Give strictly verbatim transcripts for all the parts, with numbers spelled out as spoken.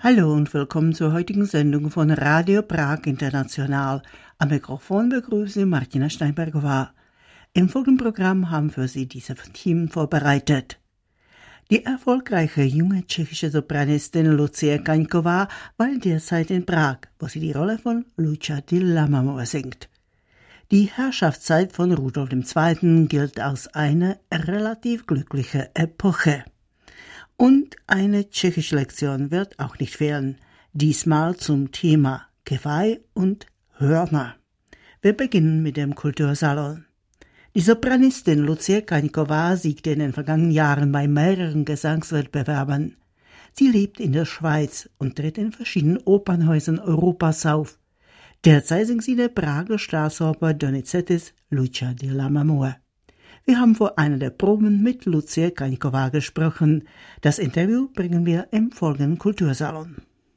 Hallo und willkommen zur heutigen Sendung von Radio Prag International. Am Mikrofon begrüße Sie Martina Steinberger. Im folgenden Programm haben für Sie diese Themen vorbereitet. Die erfolgreiche junge tschechische Sopranistin Lucie Kaňková war derzeit in Prag, wo sie die Rolle von Lucia di Lammermoor singt. Die Herrschaftszeit von Rudolf der Zweite gilt als eine relativ glückliche Epoche. Und eine tschechische Lektion wird auch nicht fehlen, diesmal zum Thema Geweih und Hörner. Wir beginnen mit dem Kultursalon. Die Sopranistin Lucie Kaňková siegte in den vergangenen Jahren bei mehreren Gesangswettbewerben. Sie lebt in der Schweiz und tritt in verschiedenen Opernhäusern Europas auf. Derzeit singt sie der Prager Staatsoper Donizettis Lucia di Lammermoor. Wir haben vor einer der Proben mit Lucie Kaňková gesprochen. Das Interview bringen wir im folgenden Kultursalon.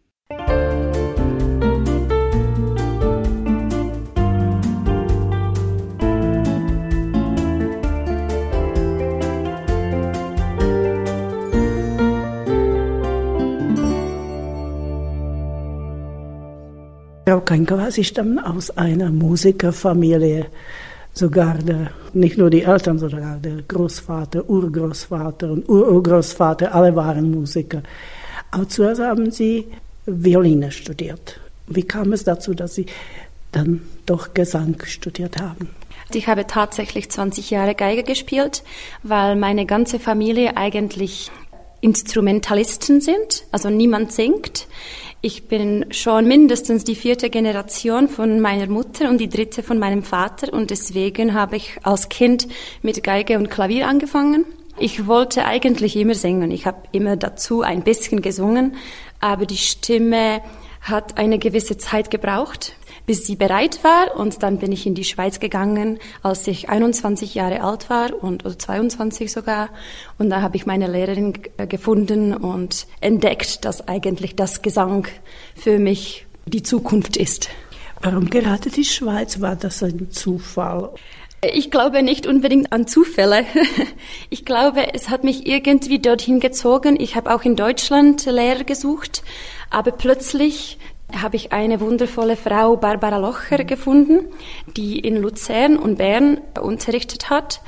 Frau Kaňková, Sie stammen aus einer Musikerfamilie. Sogar der, nicht nur die Eltern, sondern der Großvater, Urgroßvater und Ururgroßvater, alle waren Musiker. Aber zuerst haben Sie Violine studiert. Wie kam es dazu, dass Sie dann doch Gesang studiert haben? Ich habe tatsächlich zwanzig Jahre Geige gespielt, weil meine ganze Familie eigentlich Instrumentalisten sind, also niemand singt. Ich bin schon mindestens die vierte Generation von meiner Mutter und die dritte von meinem Vater und deswegen habe ich als Kind mit Geige und Klavier angefangen. Ich wollte eigentlich immer singen. Ich habe immer dazu ein bisschen gesungen, aber die Stimme hat eine gewisse Zeit gebraucht, bis sie bereit war und dann bin ich in die Schweiz gegangen, als ich einundzwanzig Jahre alt war und oder zweiundzwanzig sogar und da habe ich meine Lehrerin gefunden und entdeckt, dass eigentlich das Gesang für mich die Zukunft ist. Warum gerade die Schweiz? War das ein Zufall? Ich glaube nicht unbedingt an Zufälle. Ich glaube, es hat mich irgendwie dorthin gezogen. Ich habe auch in Deutschland Lehrer gesucht, aber plötzlich habe ich eine wundervolle Frau, Barbara Locher, gefunden, die in Luzern und Bern unterrichtet hat.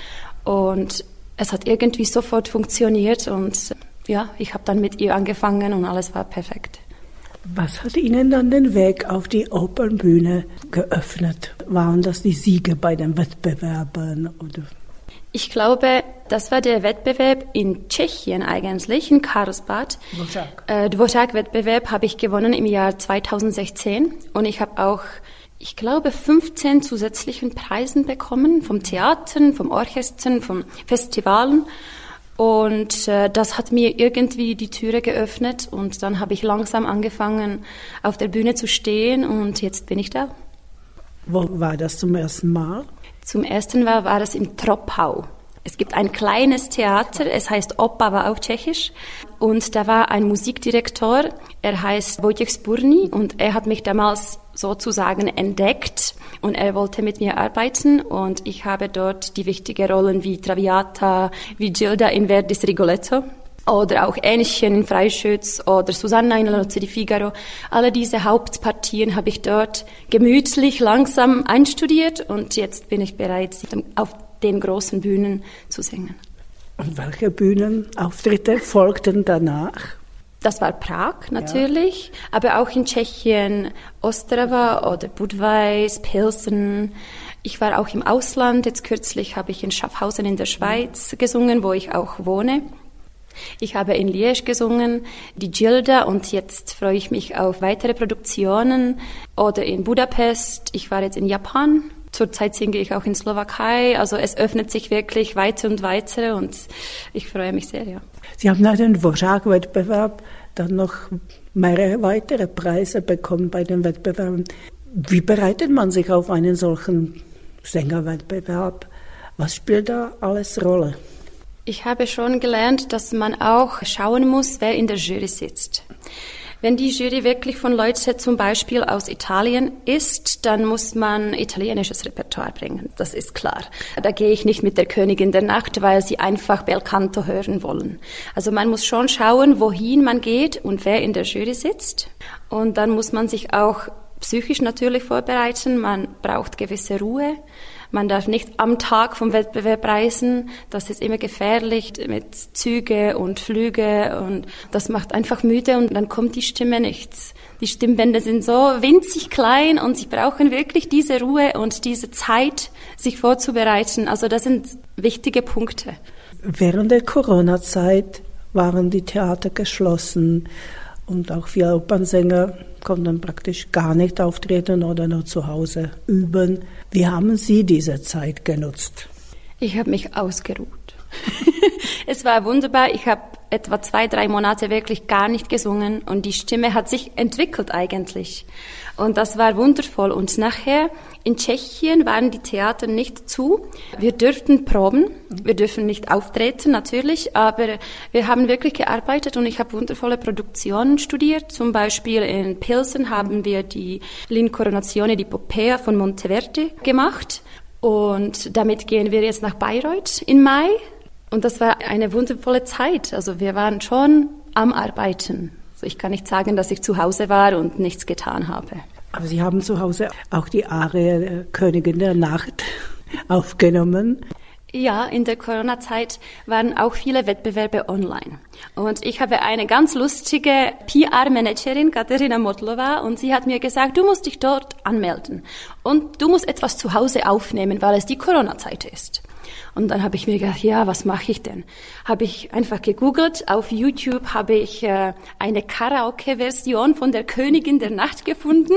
Und es hat irgendwie sofort funktioniert. Und ja, ich habe dann mit ihr angefangen und alles war perfekt. Was hat Ihnen dann den Weg auf die Opernbühne geöffnet? Waren das die Siege bei den Wettbewerben? Oder? Ich glaube, das war der Wettbewerb in Tschechien eigentlich, in Karlsbad. Dvořák. Äh, Dvořák-Wettbewerb habe ich gewonnen im Jahr zweitausendsechzehn und ich habe auch, ich glaube, fünfzehn zusätzlichen Preisen bekommen vom Theatern, vom Orchestern, vom Festivalen und äh, das hat mir irgendwie die Türe geöffnet und dann habe ich langsam angefangen, auf der Bühne zu stehen und jetzt bin ich da. Wo war das zum ersten Mal? Zum ersten Mal war es im Troppau. Es gibt ein kleines Theater, es heißt Opava auf Tschechisch. Und da war ein Musikdirektor, er heißt Wojciech Spurný und er hat mich damals sozusagen entdeckt und er wollte mit mir arbeiten und ich habe dort die wichtigen Rollen wie Traviata, wie Gilda in Verdis Rigoletto oder auch Ähnchen in Freischütz oder Susanna in La Nozze di Figaro. Alle diese Hauptpartien habe ich dort gemütlich, langsam einstudiert und jetzt bin ich bereit, auf den großen Bühnen zu singen. Und welche Bühnenauftritte folgten danach? Das war Prag natürlich, ja. Aber auch in Tschechien, Ostrava oder Budweis, Pilsen. Ich war auch im Ausland, jetzt kürzlich habe ich in Schaffhausen in der Schweiz gesungen, wo ich auch wohne. Ich habe in Liège gesungen, die Gilda und jetzt freue ich mich auf weitere Produktionen oder in Budapest. Ich war jetzt in Japan. Zurzeit singe ich auch in Slowakei. Also es öffnet sich wirklich weiter und weiter und ich freue mich sehr, ja. Sie haben nach dem Dvořák-Wettbewerb dann noch mehrere weitere Preise bekommen bei den Wettbewerben. Wie bereitet man sich auf einen solchen Sängerwettbewerb? Was spielt da alles Rolle? Ich habe schon gelernt, dass man auch schauen muss, wer in der Jury sitzt. Wenn die Jury wirklich von Leuten zum Beispiel aus Italien ist, dann muss man italienisches Repertoire bringen, das ist klar. Da gehe ich nicht mit der Königin der Nacht, weil sie einfach Bel Canto hören wollen. Also man muss schon schauen, wohin man geht und wer in der Jury sitzt. Und dann muss man sich auch psychisch natürlich vorbereiten, man braucht gewisse Ruhe. Man darf nicht am Tag vom Wettbewerb reisen. Das ist immer gefährlich mit Züge und Flüge und das macht einfach müde und dann kommt die Stimme nicht. Die Stimmbänder sind so winzig klein und sie brauchen wirklich diese Ruhe und diese Zeit, sich vorzubereiten. Also das sind wichtige Punkte. Während der Corona-Zeit waren die Theater geschlossen und auch viele Opernsänger konnten praktisch gar nicht auftreten oder nur zu Hause üben. Wie haben Sie diese Zeit genutzt? Ich habe mich ausgeruht. Es war wunderbar. Ich habe etwa zwei, drei Monate wirklich gar nicht gesungen und die Stimme hat sich entwickelt eigentlich. Und das war wundervoll. Und nachher in Tschechien waren die Theater nicht zu. Wir dürften proben, wir dürfen nicht auftreten natürlich, aber wir haben wirklich gearbeitet und ich habe wundervolle Produktionen studiert. Zum Beispiel in Pilsen haben wir die L'Incoronazione di Poppea von Monteverdi gemacht und damit gehen wir jetzt nach Bayreuth im Mai. Und das war eine wundervolle Zeit. Also wir waren schon am Arbeiten. Also ich kann nicht sagen, dass ich zu Hause war und nichts getan habe. Aber Sie haben zu Hause auch die Arie der Königin der Nacht aufgenommen. Ja, in der Corona-Zeit waren auch viele Wettbewerbe online. Und ich habe eine ganz lustige P R-Managerin, Katerina Motlova, und sie hat mir gesagt, du musst dich dort anmelden. Und du musst etwas zu Hause aufnehmen, weil es die Corona-Zeit ist. Und dann habe ich mir gedacht, ja, was mache ich denn? Habe ich einfach gegoogelt. Auf YouTube habe ich äh, eine Karaoke-Version von der Königin der Nacht gefunden.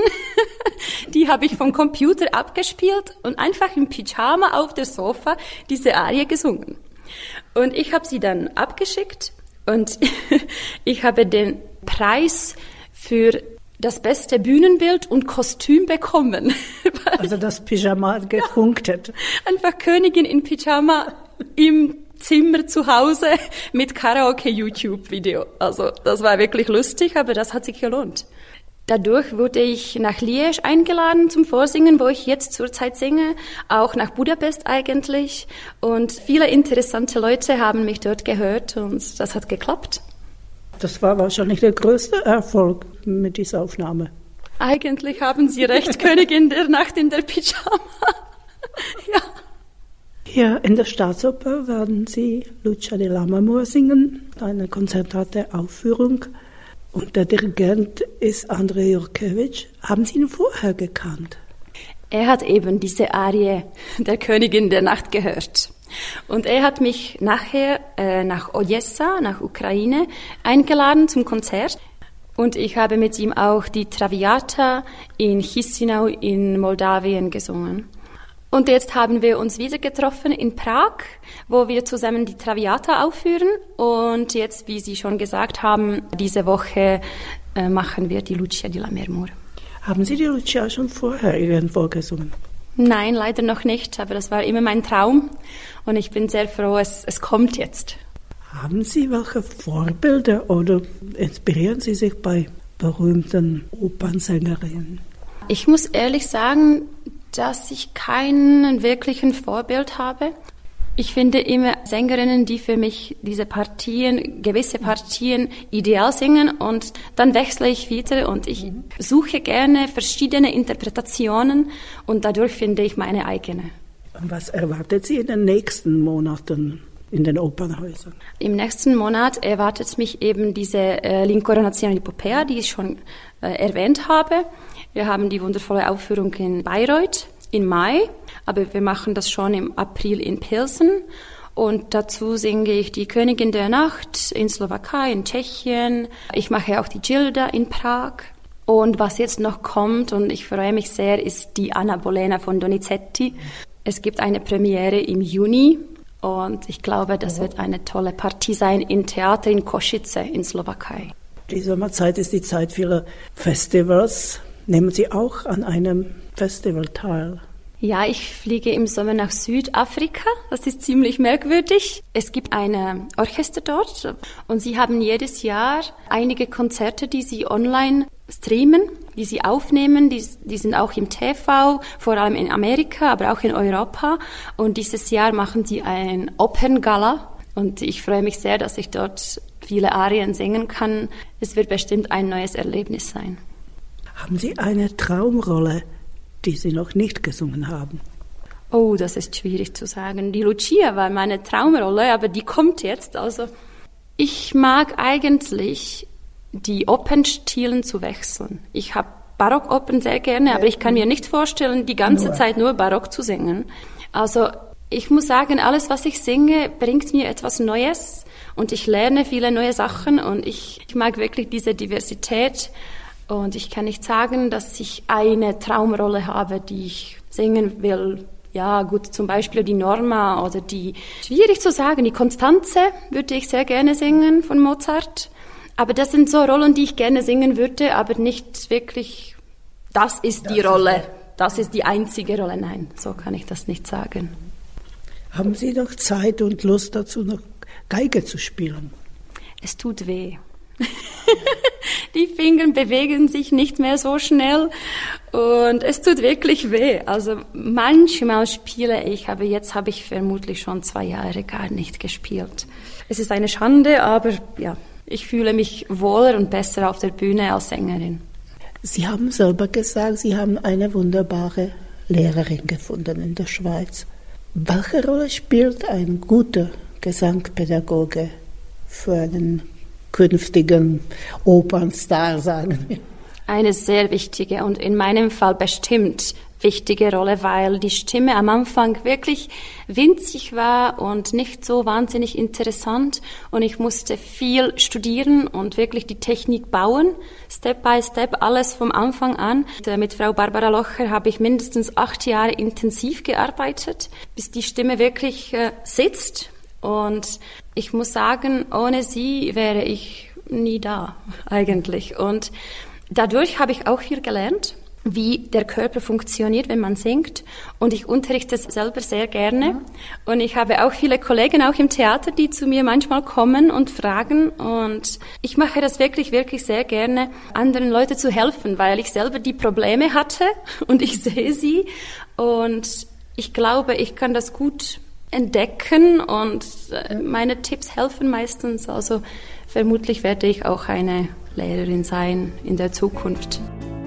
Die habe ich vom Computer abgespielt und einfach im Pyjama auf der Sofa diese Arie gesungen. Und ich habe sie dann abgeschickt und ich habe den Preis für das beste Bühnenbild und Kostüm bekommen. Also das Pyjama hat gefunktet. Einfach Königin in Pyjama im Zimmer zu Hause mit Karaoke-YouTube-Video. Also das war wirklich lustig, aber das hat sich gelohnt. Dadurch wurde ich nach Liège eingeladen zum Vorsingen, wo ich jetzt zurzeit singe, auch nach Budapest eigentlich. Und viele interessante Leute haben mich dort gehört und das hat geklappt. Das war wahrscheinlich der größte Erfolg mit dieser Aufnahme. Eigentlich haben Sie recht, Königin der Nacht in der Pyjama. Ja. Hier in der Staatsoper werden Sie Lucia di Lammermoor singen, eine konzertate Aufführung. Und der Dirigent ist Andrei Jurkewitsch. Haben Sie ihn vorher gekannt? Er hat eben diese Arie der Königin der Nacht gehört. Und er hat mich nachher äh, nach Odessa, nach Ukraine, eingeladen zum Konzert. Und ich habe mit ihm auch die Traviata in Chisinau in Moldawien gesungen. Und jetzt haben wir uns wieder getroffen in Prag, wo wir zusammen die Traviata aufführen. Und jetzt, wie Sie schon gesagt haben, diese Woche äh, machen wir die Lucia di Lammermoor. Haben Sie die Lucia schon vorher irgendwo gesungen? Nein, leider noch nicht, aber das war immer mein Traum und ich bin sehr froh, es, es kommt jetzt. Haben Sie welche Vorbilder oder inspirieren Sie sich bei berühmten Opernsängerinnen? Ich muss ehrlich sagen, dass ich keinen wirklichen Vorbild habe. Ich finde immer Sängerinnen, die für mich diese Partien, gewisse Partien ideal singen und dann wechsle ich wieder und ich suche gerne verschiedene Interpretationen und dadurch finde ich meine eigene. Und was erwartet Sie in den nächsten Monaten in den Opernhäusern? Im nächsten Monat erwartet mich eben diese äh, L'Incoronazione di Poppea, die ich schon äh, erwähnt habe. Wir haben die wundervolle Aufführung in Bayreuth im Mai, aber wir machen das schon im April in Pilsen. Und dazu singe ich die Königin der Nacht in Slowakei, in Tschechien. Ich mache auch die Gilda in Prag. Und was jetzt noch kommt, und ich freue mich sehr, ist die Anna Bolena von Donizetti. Es gibt eine Premiere im Juni und ich glaube, das wird eine tolle Partie sein im Theater in Košice in Slowakei. Die Sommerzeit ist die Zeit vieler Festivals. Nehmen Sie auch an einem Festival teil? Ja, ich fliege im Sommer nach Südafrika. Das ist ziemlich merkwürdig. Es gibt ein Orchester dort und sie haben jedes Jahr einige Konzerte, die sie online streamen, die sie aufnehmen. Die, die sind auch im T V, vor allem in Amerika, aber auch in Europa. Und dieses Jahr machen sie ein Operngala. Und ich freue mich sehr, dass ich dort viele Arien singen kann. Es wird bestimmt ein neues Erlebnis sein. Haben Sie eine Traumrolle, die Sie noch nicht gesungen haben? Oh, das ist schwierig zu sagen. Die Lucia war meine Traumrolle, aber die kommt jetzt. Also ich mag eigentlich die Opernstilen zu wechseln. Ich habe Barockopern sehr gerne, aber ich kann mir nicht vorstellen, die ganze nur. Zeit nur Barock zu singen. Also ich muss sagen, alles, was ich singe, bringt mir etwas Neues und ich lerne viele neue Sachen und ich, ich mag wirklich diese Diversität. Und ich kann nicht sagen, dass ich eine Traumrolle habe, die ich singen will. Ja, gut, zum Beispiel die Norma oder die, schwierig zu sagen, die Constanze würde ich sehr gerne singen von Mozart. Aber das sind so Rollen, die ich gerne singen würde, aber nicht wirklich, das ist die das Rolle, ist das ist die einzige Rolle. Nein, so kann ich das nicht sagen. Haben Sie noch Zeit und Lust dazu, noch Geige zu spielen? Es tut weh. Die Finger bewegen sich nicht mehr so schnell und es tut wirklich weh. Also manchmal spiele ich, aber jetzt habe ich vermutlich schon zwei Jahre gar nicht gespielt. Es ist eine Schande, aber ja, ich fühle mich wohler und besser auf der Bühne als Sängerin. Sie haben selber gesagt, Sie haben eine wunderbare Lehrerin gefunden in der Schweiz. Welche Rolle spielt ein guter Gesangpädagoge für einen künftigen Opernstar, sagen wir? Eine sehr wichtige und in meinem Fall bestimmt wichtige Rolle, weil die Stimme am Anfang wirklich winzig war und nicht so wahnsinnig interessant und ich musste viel studieren und wirklich die Technik bauen, Step by Step, alles vom Anfang an. Mit Frau Barbara Locher habe ich mindestens acht Jahre intensiv gearbeitet, bis die Stimme wirklich äh, sitzt. Und ich muss sagen, ohne sie wäre ich nie da eigentlich. Und dadurch habe ich auch viel gelernt, wie der Körper funktioniert, wenn man singt. Und ich unterrichte es selber sehr gerne. Und ich habe auch viele Kollegen, auch im Theater, die zu mir manchmal kommen und fragen. Und ich mache das wirklich, wirklich sehr gerne, anderen Leuten zu helfen, weil ich selber die Probleme hatte und ich sehe sie. Und ich glaube, ich kann das gut entdecken und meine Tipps helfen meistens. Also vermutlich werde ich auch eine Lehrerin sein in der Zukunft.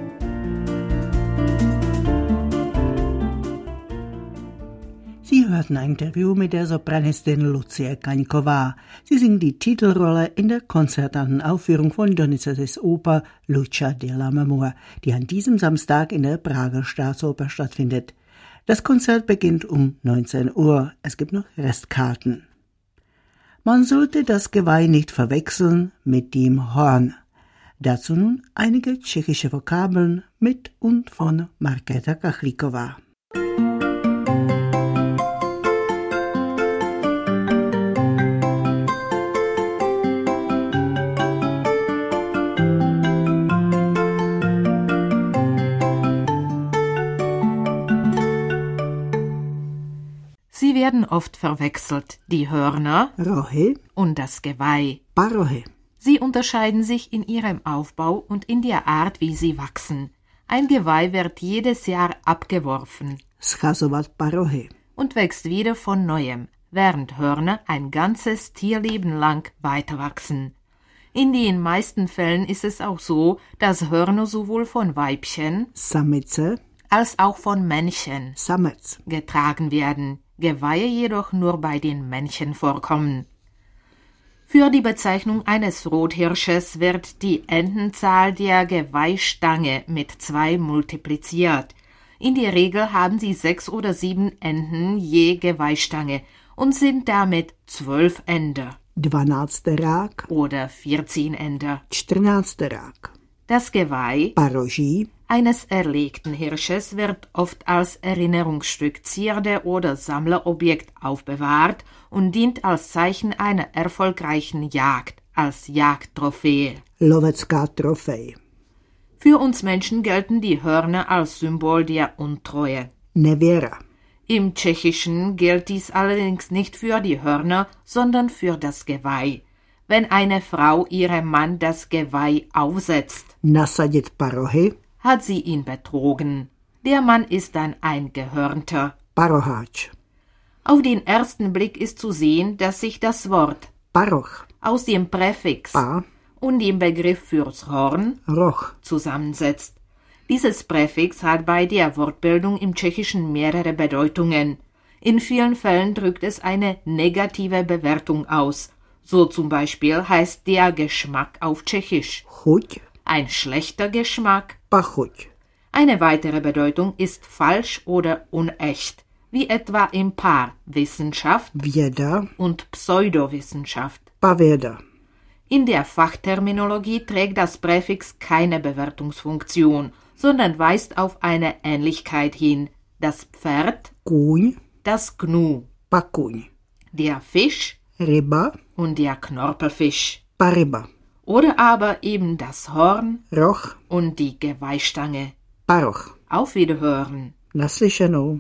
Sie hörten ein Interview mit der Sopranistin Lucia Kaňková. Sie singt die Titelrolle in der konzertanten Aufführung von Donizettis Oper Lucia della Marmor, die an diesem Samstag in der Prager Staatsoper stattfindet. Das Konzert beginnt um neunzehn Uhr. Es gibt noch Restkarten. Man sollte das Geweih nicht verwechseln mit dem Horn. Dazu nun einige tschechische Vokabeln mit und von Markéta Kachlíková. Sie werden oft verwechselt, die Hörner Rohy und das Geweih Parohy. Sie unterscheiden sich in ihrem Aufbau und in der Art, wie sie wachsen. Ein Geweih wird jedes Jahr abgeworfen Schazovat Parohy und wächst wieder von Neuem, während Hörner ein ganzes Tierleben lang weiterwachsen. In den meisten Fällen ist es auch so, dass Hörner sowohl von Weibchen Samice als auch von Männchen Samec getragen werden, Geweihe jedoch nur bei den Männchen vorkommen. Für die Bezeichnung eines Rothirsches wird die Endenzahl der Geweihstange mit zwei multipliziert. In der Regel haben sie sechs oder sieben Enden je Geweihstange und sind damit zwölf Ender dvanáctý rák oder vierzehn Ender. čtrnáctý rák. Das Geweih Paroží eines erlegten Hirsches wird oft als Erinnerungsstück, Zierde oder Sammlerobjekt aufbewahrt und dient als Zeichen einer erfolgreichen Jagd, als Jagdtrophäe. Lovecká trofej. Für uns Menschen gelten die Hörner als Symbol der Untreue. Nevěra. Im Tschechischen gilt dies allerdings nicht für die Hörner, sondern für das Geweih. Wenn eine Frau ihrem Mann das Geweih aufsetzt, nasadit parohy, hat sie ihn betrogen. Der Mann ist dann ein Gehörnter. Paroháč. Auf den ersten Blick ist zu sehen, dass sich das Wort Paroch aus dem Präfix pa, und dem Begriff fürs Horn roch, zusammensetzt. Dieses Präfix hat bei der Wortbildung im Tschechischen mehrere Bedeutungen. In vielen Fällen drückt es eine negative Bewertung aus. So zum Beispiel heißt der Geschmack auf Tschechisch chuť, ein schlechter Geschmack. pachuť. Eine weitere Bedeutung ist falsch oder unecht, wie etwa im Paar Wissenschaft Věda, und Pseudowissenschaft. pavěda. In der Fachterminologie trägt das Präfix keine Bewertungsfunktion, sondern weist auf eine Ähnlichkeit hin. Das Pferd, Kůň, das Gnu, pakuň. der Fisch Ryba, und der Knorpelfisch. paryba. Oder aber eben das Horn Roch, und die Geweihstange. paroch. Auf Wiederhören. Naslyšenou.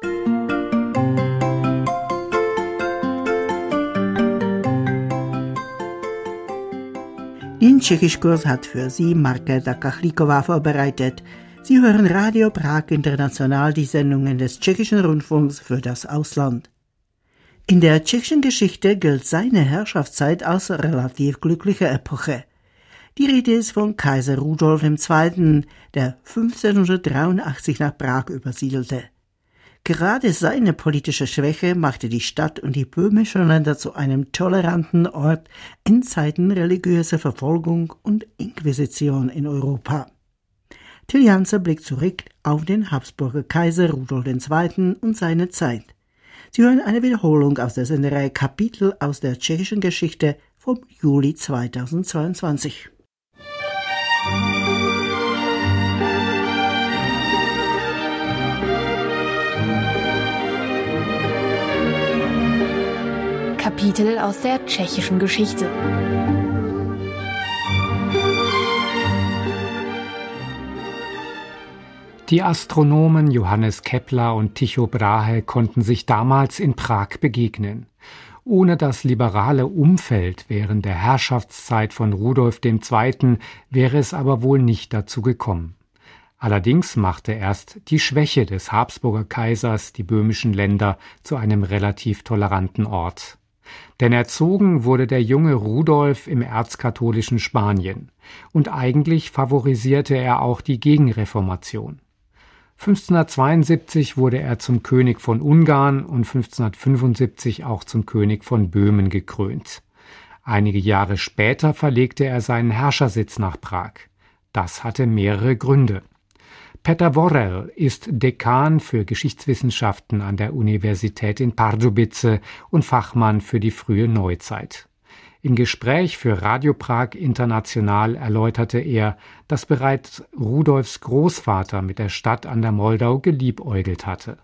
Den Tschechischkurs hat für Sie Markéta Kachlíková vorbereitet. Sie hören Radio Prag International, die Sendungen des Tschechischen Rundfunks für das Ausland. In der tschechischen Geschichte gilt seine Herrschaftszeit als relativ glückliche Epoche. Die Rede ist von Kaiser Rudolf der Zweite., der fünfzehnhundertdreiundachtzig nach Prag übersiedelte. Gerade seine politische Schwäche machte die Stadt und die böhmischen Länder zu einem toleranten Ort in Zeiten religiöser Verfolgung und Inquisition in Europa. Till Janse blickt zurück auf den Habsburger Kaiser Rudolf der Zweite. Und seine Zeit. Sie hören eine Wiederholung aus der Sendereihe Kapitel aus der tschechischen Geschichte vom Juli zweitausendzweiundzwanzig. Kapitel aus der tschechischen Geschichte. Die Astronomen Johannes Kepler und Tycho Brahe konnten sich damals in Prag begegnen. Ohne das liberale Umfeld während der Herrschaftszeit von Rudolf der Zweite. wäre es aber wohl nicht dazu gekommen. Allerdings machte erst die Schwäche des Habsburger Kaisers die böhmischen Länder zu einem relativ toleranten Ort. Denn erzogen wurde der junge Rudolf im erzkatholischen Spanien und eigentlich favorisierte er auch die Gegenreformation. fünfzehnhundertzweiundsiebzig wurde er zum König von Ungarn und fünfzehnhundertfünfundsiebzig auch zum König von Böhmen gekrönt. Einige Jahre später verlegte er seinen Herrschersitz nach Prag. Das hatte mehrere Gründe. Petr Worrell ist Dekan für Geschichtswissenschaften an der Universität in Pardubice und Fachmann für die frühe Neuzeit. Im Gespräch für Radio Prag International erläuterte er, dass bereits Rudolfs Großvater mit der Stadt an der Moldau geliebäugelt hatte.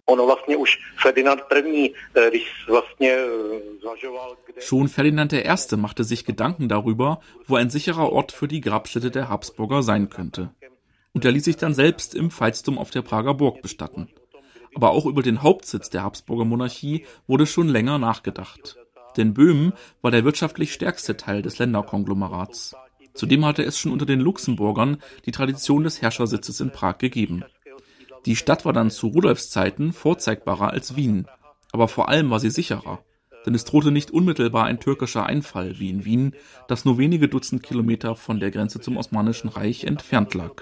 Schon Ferdinand der Erste machte sich Gedanken darüber, wo ein sicherer Ort für die Grabstätte der Habsburger sein könnte. Und er ließ sich dann selbst im Veitsdom auf der Prager Burg bestatten. Aber auch über den Hauptsitz der Habsburger Monarchie wurde schon länger nachgedacht. Denn Böhmen war der wirtschaftlich stärkste Teil des Länderkonglomerats. Zudem hatte es schon unter den Luxemburgern die Tradition des Herrschersitzes in Prag gegeben. Die Stadt war dann zu Rudolfs Zeiten vorzeigbarer als Wien. Aber vor allem war sie sicherer. Denn es drohte nicht unmittelbar ein türkischer Einfall wie in Wien, das nur wenige Dutzend Kilometer von der Grenze zum Osmanischen Reich entfernt lag.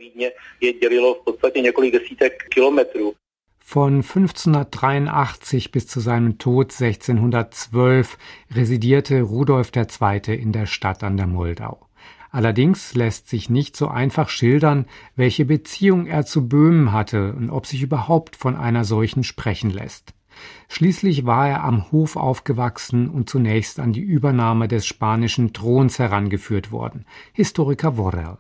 Von fünfzehnhundertdreiundachtzig bis zu seinem Tod sechzehnhundertzwölf residierte Rudolf der Zweite. in der Stadt an der Moldau. Allerdings lässt sich nicht so einfach schildern, welche Beziehung er zu Böhmen hatte und ob sich überhaupt von einer solchen sprechen lässt. Schließlich war er am Hof aufgewachsen und zunächst an die Übernahme des spanischen Throns herangeführt worden. Historiker Worrell.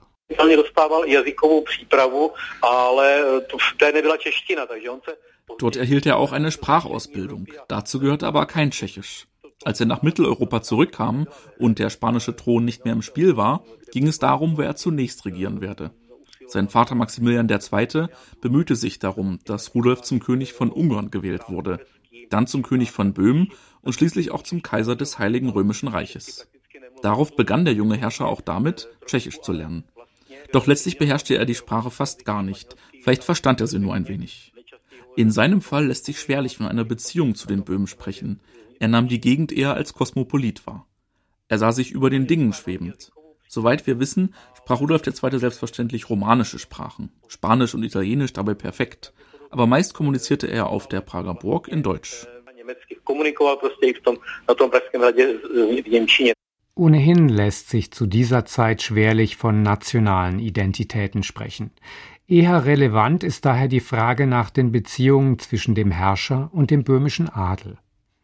Dort erhielt er auch eine Sprachausbildung. Dazu gehörte aber kein Tschechisch. Als er nach Mitteleuropa zurückkam und der spanische Thron nicht mehr im Spiel war, ging es darum, wer er zunächst regieren werde. Sein Vater Maximilian der Zweite bemühte sich darum, dass Rudolf zum König von Ungarn gewählt wurde, dann zum König von Böhmen und schließlich auch zum Kaiser des Heiligen Römischen Reiches. Darauf begann der junge Herrscher auch damit, Tschechisch zu lernen. Doch letztlich beherrschte er die Sprache fast gar nicht, vielleicht verstand er sie nur ein wenig. In seinem Fall lässt sich schwerlich von einer Beziehung zu den Böhmen sprechen. Er nahm die Gegend eher als Kosmopolit wahr. Er sah sich über den Dingen schwebend. Soweit wir wissen, sprach Rudolf der Zweite selbstverständlich romanische Sprachen, Spanisch und Italienisch dabei perfekt, aber meist kommunizierte er auf der Prager Burg in Deutsch. Ohnehin lässt sich zu dieser Zeit schwerlich von nationalen Identitäten sprechen. Eher relevant ist daher die Frage nach den Beziehungen zwischen dem Herrscher und dem böhmischen Adel.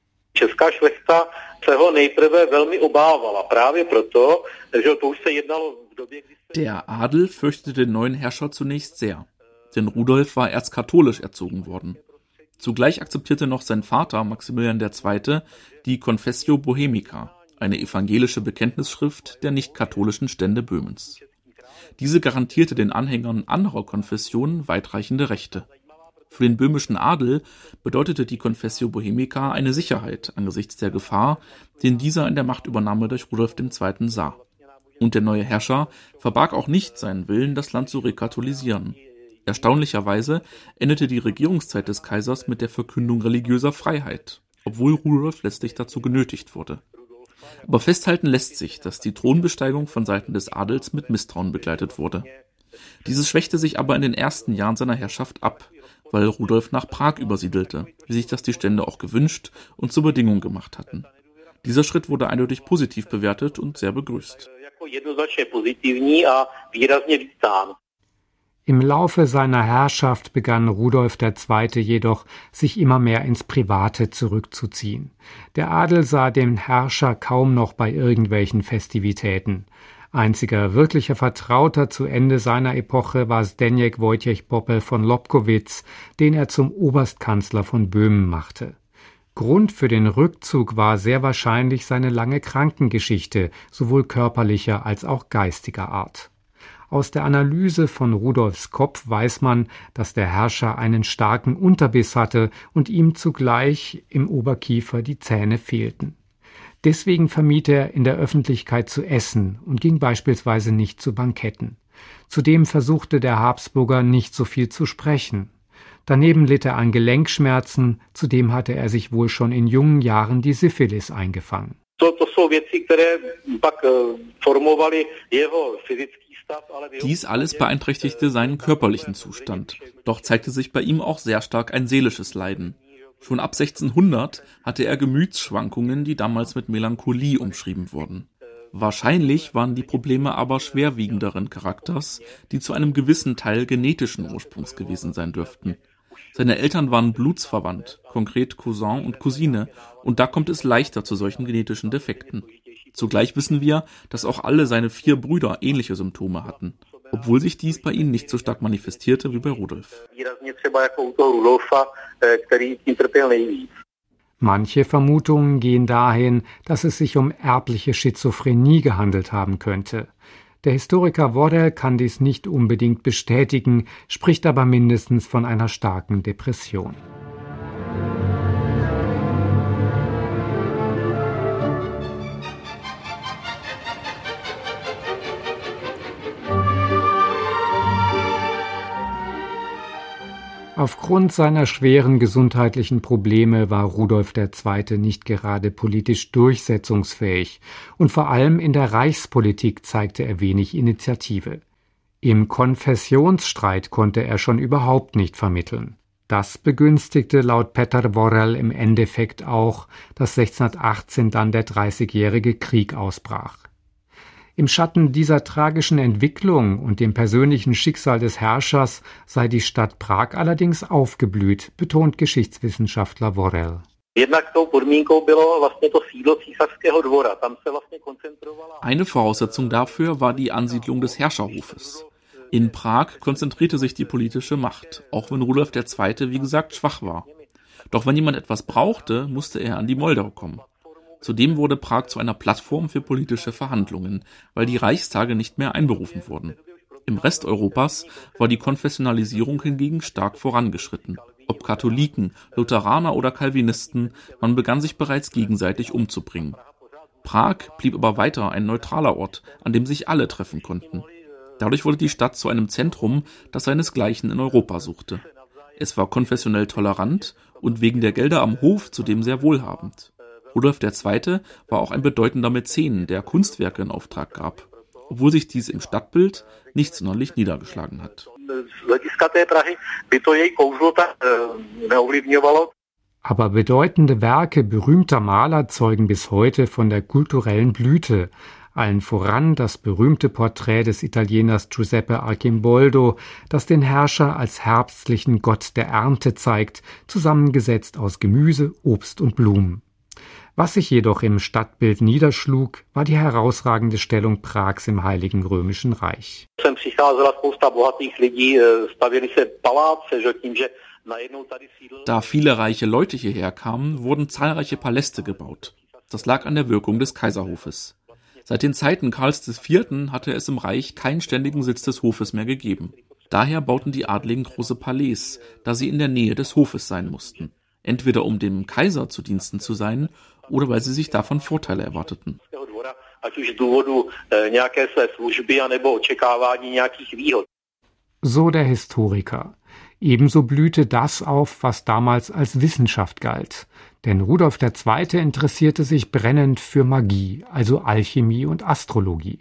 Der Adel fürchtete den neuen Herrscher zunächst sehr, denn Rudolf war erzkatholisch erzogen worden. Zugleich akzeptierte noch sein Vater Maximilian der Zweite die Confessio Bohemica, eine evangelische Bekenntnisschrift der nicht-katholischen Stände Böhmens. Diese garantierte den Anhängern anderer Konfessionen weitreichende Rechte. Für den böhmischen Adel bedeutete die Confessio Bohemica eine Sicherheit angesichts der Gefahr, den dieser in der Machtübernahme durch Rudolf der Zweite sah. Und der neue Herrscher verbarg auch nicht seinen Willen, das Land zu rekatholisieren. Erstaunlicherweise endete die Regierungszeit des Kaisers mit der Verkündung religiöser Freiheit, obwohl Rudolf letztlich dazu genötigt wurde. Aber festhalten lässt sich, dass die Thronbesteigung von Seiten des Adels mit Misstrauen begleitet wurde. Dieses schwächte sich aber in den ersten Jahren seiner Herrschaft ab, weil Rudolf nach Prag übersiedelte, wie sich das die Stände auch gewünscht und zur Bedingung gemacht hatten. Dieser Schritt wurde eindeutig positiv bewertet und sehr begrüßt. Im Laufe seiner Herrschaft begann Rudolf der Zweite jedoch, sich immer mehr ins Private zurückzuziehen. Der Adel sah den Herrscher kaum noch bei irgendwelchen Festivitäten. Einziger wirklicher Vertrauter zu Ende seiner Epoche war Zdeněk Wojciech Popel von Lobkowicz, den er zum Oberstkanzler von Böhmen machte. Grund für den Rückzug war sehr wahrscheinlich seine lange Krankengeschichte, sowohl körperlicher als auch geistiger Art. Aus der Analyse von Rudolfs Kopf weiß man, dass der Herrscher einen starken Unterbiss hatte und ihm zugleich im Oberkiefer die Zähne fehlten. Deswegen vermied er, in der Öffentlichkeit zu essen und ging beispielsweise nicht zu Banketten. Zudem versuchte der Habsburger nicht so viel zu sprechen. Daneben litt er an Gelenkschmerzen, zudem hatte er sich wohl schon in jungen Jahren die Syphilis eingefangen. Dies alles beeinträchtigte seinen körperlichen Zustand, doch zeigte sich bei ihm auch sehr stark ein seelisches Leiden. Schon ab sechzehnhundert hatte er Gemütsschwankungen, die damals mit Melancholie umschrieben wurden. Wahrscheinlich waren die Probleme aber schwerwiegenderen Charakters, die zu einem gewissen Teil genetischen Ursprungs gewesen sein dürften. Seine Eltern waren blutsverwandt, konkret Cousin und Cousine, und da kommt es leichter zu solchen genetischen Defekten. Zugleich wissen wir, dass auch alle seine vier Brüder ähnliche Symptome hatten, obwohl sich dies bei ihnen nicht so stark manifestierte wie bei Rudolf. Manche Vermutungen gehen dahin, dass es sich um erbliche Schizophrenie gehandelt haben könnte. Der Historiker Worrell kann dies nicht unbedingt bestätigen, spricht aber mindestens von einer starken Depression. Aufgrund seiner schweren gesundheitlichen Probleme war Rudolf der Zweite nicht gerade politisch durchsetzungsfähig und vor allem in der Reichspolitik zeigte er wenig Initiative. Im Konfessionsstreit konnte er schon überhaupt nicht vermitteln. Das begünstigte laut Peter Worrell im Endeffekt auch, dass sechzehnhundertachtzehn dann der Dreißigjährige Krieg ausbrach. Im Schatten dieser tragischen Entwicklung und dem persönlichen Schicksal des Herrschers sei die Stadt Prag allerdings aufgeblüht, betont Geschichtswissenschaftler Worrell. Eine Voraussetzung dafür war die Ansiedlung des Herrscherhofes. In Prag konzentrierte sich die politische Macht, auch wenn Rudolf der Zweite wie gesagt schwach war. Doch wenn jemand etwas brauchte, musste er an die Moldau kommen. Zudem wurde Prag zu einer Plattform für politische Verhandlungen, weil die Reichstage nicht mehr einberufen wurden. Im Rest Europas war die Konfessionalisierung hingegen stark vorangeschritten. Ob Katholiken, Lutheraner oder Calvinisten, man begann sich bereits gegenseitig umzubringen. Prag blieb aber weiter ein neutraler Ort, an dem sich alle treffen konnten. Dadurch wurde die Stadt zu einem Zentrum, das seinesgleichen in Europa suchte. Es war konfessionell tolerant und wegen der Gelder am Hof zudem sehr wohlhabend. Rudolf der Zweite war auch ein bedeutender Mäzen, der Kunstwerke in Auftrag gab, obwohl sich dies im Stadtbild nicht sonderlich niedergeschlagen hat. Aber bedeutende Werke berühmter Maler zeugen bis heute von der kulturellen Blüte, allen voran das berühmte Porträt des Italieners Giuseppe Arcimboldo, das den Herrscher als herbstlichen Gott der Ernte zeigt, zusammengesetzt aus Gemüse, Obst und Blumen. Was sich jedoch im Stadtbild niederschlug, war die herausragende Stellung Prags im Heiligen Römischen Reich. Da viele reiche Leute hierher kamen, wurden zahlreiche Paläste gebaut. Das lag an der Wirkung des Kaiserhofes. Seit den Zeiten Karls des Vierten hatte es im Reich keinen ständigen Sitz des Hofes mehr gegeben. Daher bauten die Adligen große Palais, da sie in der Nähe des Hofes sein mussten. Entweder um dem Kaiser zu Diensten zu sein oder weil sie sich davon Vorteile erwarteten. So der Historiker. Ebenso blühte das auf, was damals als Wissenschaft galt. Denn Rudolf der Zweite interessierte sich brennend für Magie, also Alchemie und Astrologie.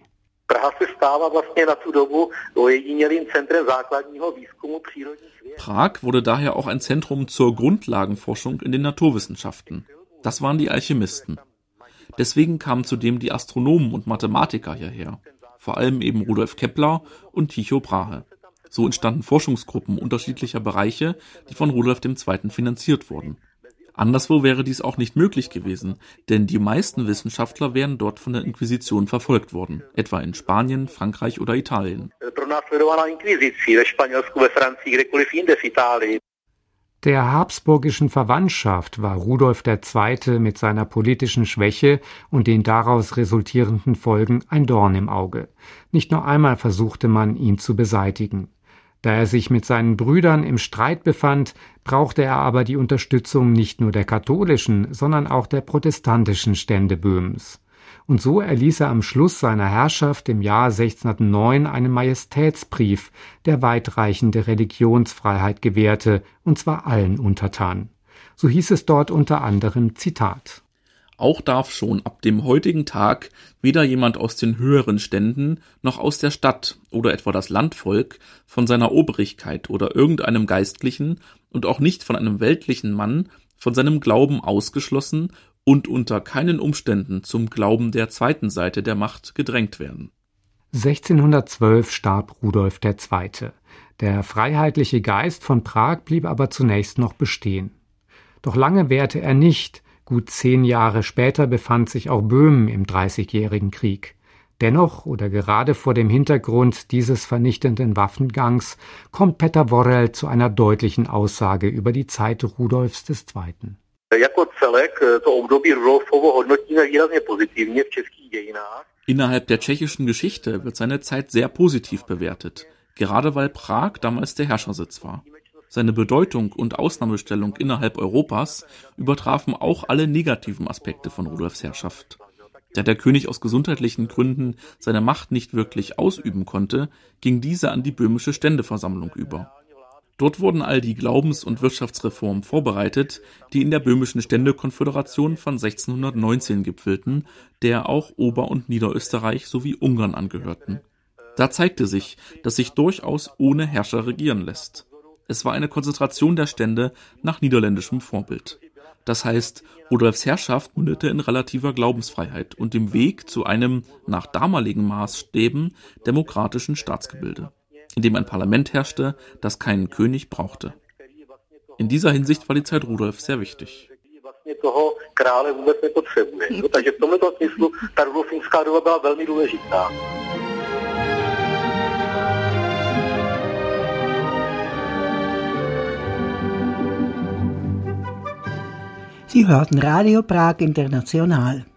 Prag wurde daher auch ein Zentrum zur Grundlagenforschung in den Naturwissenschaften. Das waren die Alchemisten. Deswegen kamen zudem die Astronomen und Mathematiker hierher, vor allem eben Rudolf Kepler und Tycho Brahe. So entstanden Forschungsgruppen unterschiedlicher Bereiche, die von Rudolf der Zweite finanziert wurden. Anderswo wäre dies auch nicht möglich gewesen, denn die meisten Wissenschaftler wären dort von der Inquisition verfolgt worden, etwa in Spanien, Frankreich oder Italien. Der habsburgischen Verwandtschaft war Rudolf der Zweite mit seiner politischen Schwäche und den daraus resultierenden Folgen ein Dorn im Auge. Nicht nur einmal versuchte man, ihn zu beseitigen. Da er sich mit seinen Brüdern im Streit befand, brauchte er aber die Unterstützung nicht nur der katholischen, sondern auch der protestantischen Stände Böhmens. Und so erließ er am Schluss seiner Herrschaft im Jahr sechzehnhundertneun einen Majestätsbrief, der weitreichende Religionsfreiheit gewährte, und zwar allen Untertanen. So hieß es dort unter anderem, Zitat: Auch darf schon ab dem heutigen Tag weder jemand aus den höheren Ständen noch aus der Stadt oder etwa das Landvolk von seiner Obrigkeit oder irgendeinem Geistlichen und auch nicht von einem weltlichen Mann von seinem Glauben ausgeschlossen und unter keinen Umständen zum Glauben der zweiten Seite der Macht gedrängt werden. sechzehnhundertzwölf starb Rudolf der Zweite. Der freiheitliche Geist von Prag blieb aber zunächst noch bestehen. Doch lange währte er nicht. Gut zehn Jahre später befand sich auch Böhmen im Dreißigjährigen Krieg. Dennoch oder gerade vor dem Hintergrund dieses vernichtenden Waffengangs kommt Petr Worrell zu einer deutlichen Aussage über die Zeit Rudolfs des Zweiten. Innerhalb der tschechischen Geschichte wird seine Zeit sehr positiv bewertet, gerade weil Prag damals der Herrschersitz war. Seine Bedeutung und Ausnahmestellung innerhalb Europas übertrafen auch alle negativen Aspekte von Rudolfs Herrschaft. Da der König aus gesundheitlichen Gründen seine Macht nicht wirklich ausüben konnte, ging diese an die böhmische Ständeversammlung über. Dort wurden all die Glaubens- und Wirtschaftsreformen vorbereitet, die in der böhmischen Ständekonföderation von sechzehnhundertneunzehn gipfelten, der auch Ober- und Niederösterreich sowie Ungarn angehörten. Da zeigte sich, dass sich durchaus ohne Herrscher regieren lässt. Es war eine Konzentration der Stände nach niederländischem Vorbild. Das heißt, Rudolfs Herrschaft mündete in relativer Glaubensfreiheit und dem Weg zu einem, nach damaligen Maßstäben, demokratischen Staatsgebilde, in dem ein Parlament herrschte, das keinen König brauchte. In dieser Hinsicht war die Zeit Rudolfs sehr wichtig. Sie hörten Radio Prag International.